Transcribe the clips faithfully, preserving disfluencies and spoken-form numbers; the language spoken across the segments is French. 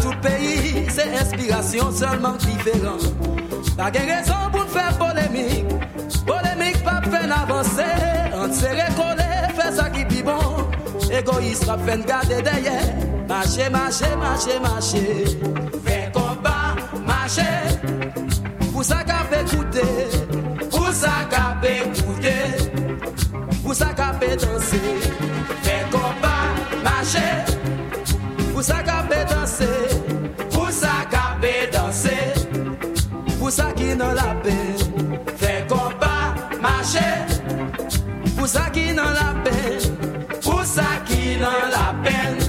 tout pays, c'est inspiration seulement différente. Pas de raison pour faire polémique. Polémique pas faire avancer. On se recoller, faire ça qui est bon. Égoïste pas faire garder derrière. Marcher, marcher, marcher, marcher. Faire combat, marcher. Pour ça qu'a fait écouter. Pour ça qu'a fait écouter. Pour ça qu'a fait danser. Faire combat, marcher. Pour ça qu'a fait danser. Pour ça qu'a fait danser. Pour ça qui n'a la paix. Faire combat, marcher. Pour ça qui n'a la peine. Pour ça qui n'a la peine.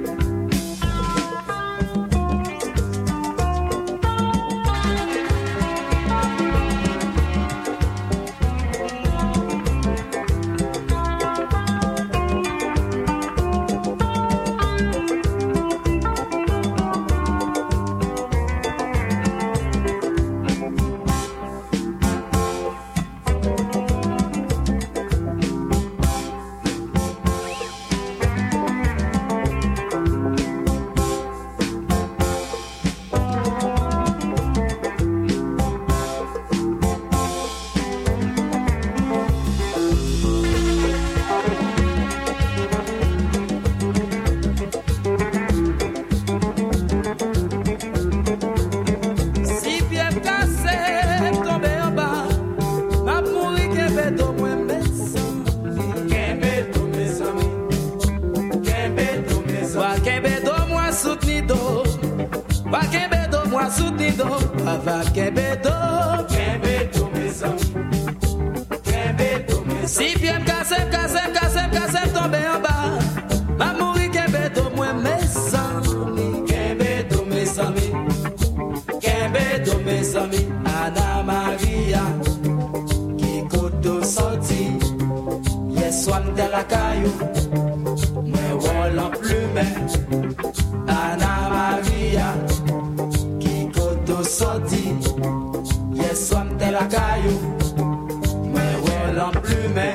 Si bien cassem, cassem, cassem, cassem tombé en bas. Ma mourir qu'embêto moi mes amis. Qu'embêto mes amis. Qu'embêto mes amis. Anna Maria qui koto sorti. Yes one de la caillou. Moi wall en plume. Anna Maria qui koto sorti. Yes one de la caillou. En plume,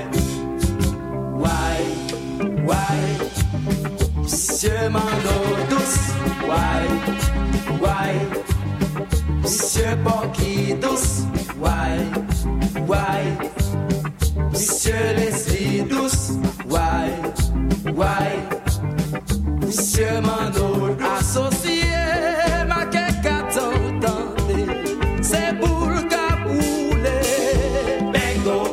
why, why, Monsieur Mano douce, why, why, Monsieur Porky douce, why, why, Monsieur Leslie douce, why, why, Monsieur Mano associé, ma qu'est-ce c'est pour le capoulé, bingo.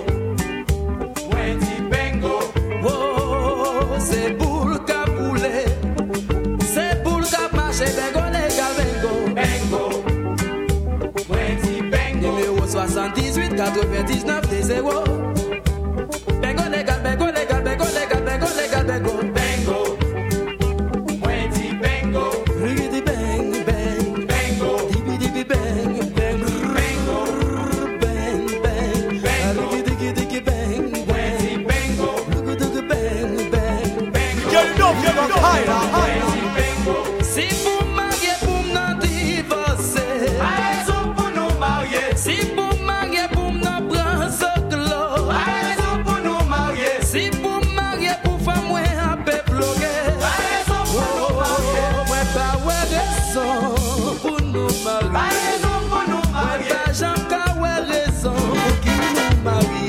C'est pour le cap poulet, c'est pour le cap marché, bengo légal, bengo, bengo, twenty bengo, numéro soixante-dix-huit quatre-vingt-dix-neuf des zéro, bengo légal, bengo légal, bengo légal, bengo légal, bengo, bengo, twenty bengo, rigidi bang bang, bengo, dibi dibi bang bang, bengo, bang bang, bengo, rigidi digidi bang, twenty bengo, rigidi bang bang. You're not higher, higher. Si vous mariez pour nous divorcer, Raison pour nous marier. si vous mariez pour nous prendre ce clos, Raison pour nous marier. si vous mariez pour faire moins un peu bloqué, Raison pour nous marier. moi pas ouais raison pour nous marier, Raison pour nous moi marier. pas jamais qu'à ouais raison pour qui nous marier.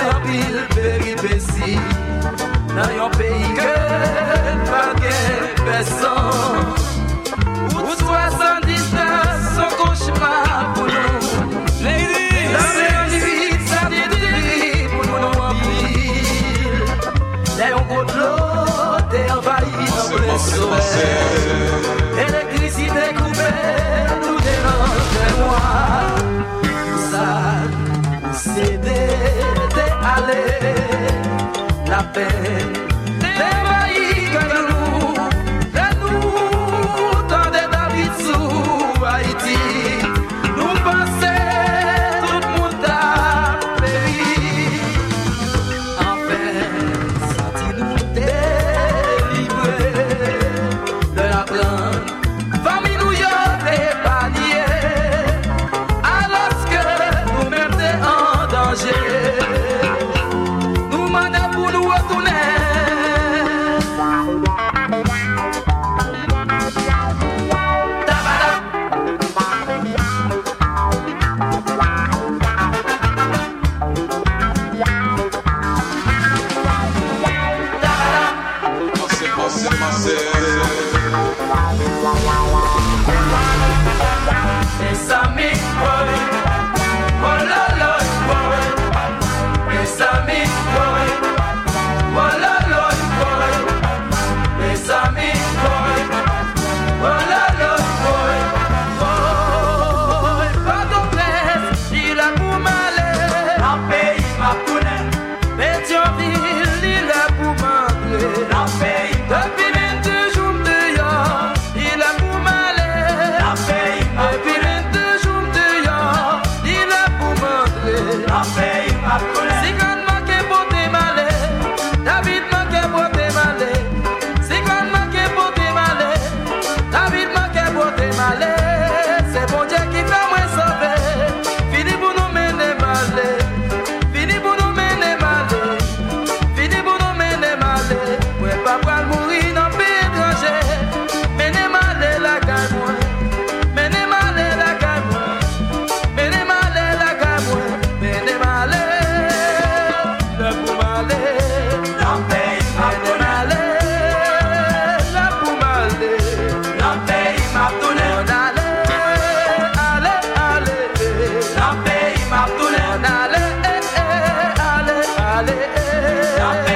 un pile péripétie dans un pays que pas de personne. Où soixante-dix-neuf sont cauchemar pour nous. Lady, la nuit, ça dit pour nous en pile. Les on contre l'autre et envahi dans le soleil. Électricité coupée, nous dérange moi. Ça, c'est d'aller la peine. T'évahi que nous, de nous, tant de David sous Haïti. Nous pensons tout le monde a péri. Enfin, senti-nous délivrés de la plainte. Famille nous y a épargnés. Alors que nous-mêmes t'es en danger. Nous mandons pour nous retourner. Allez, allez, allez, allez.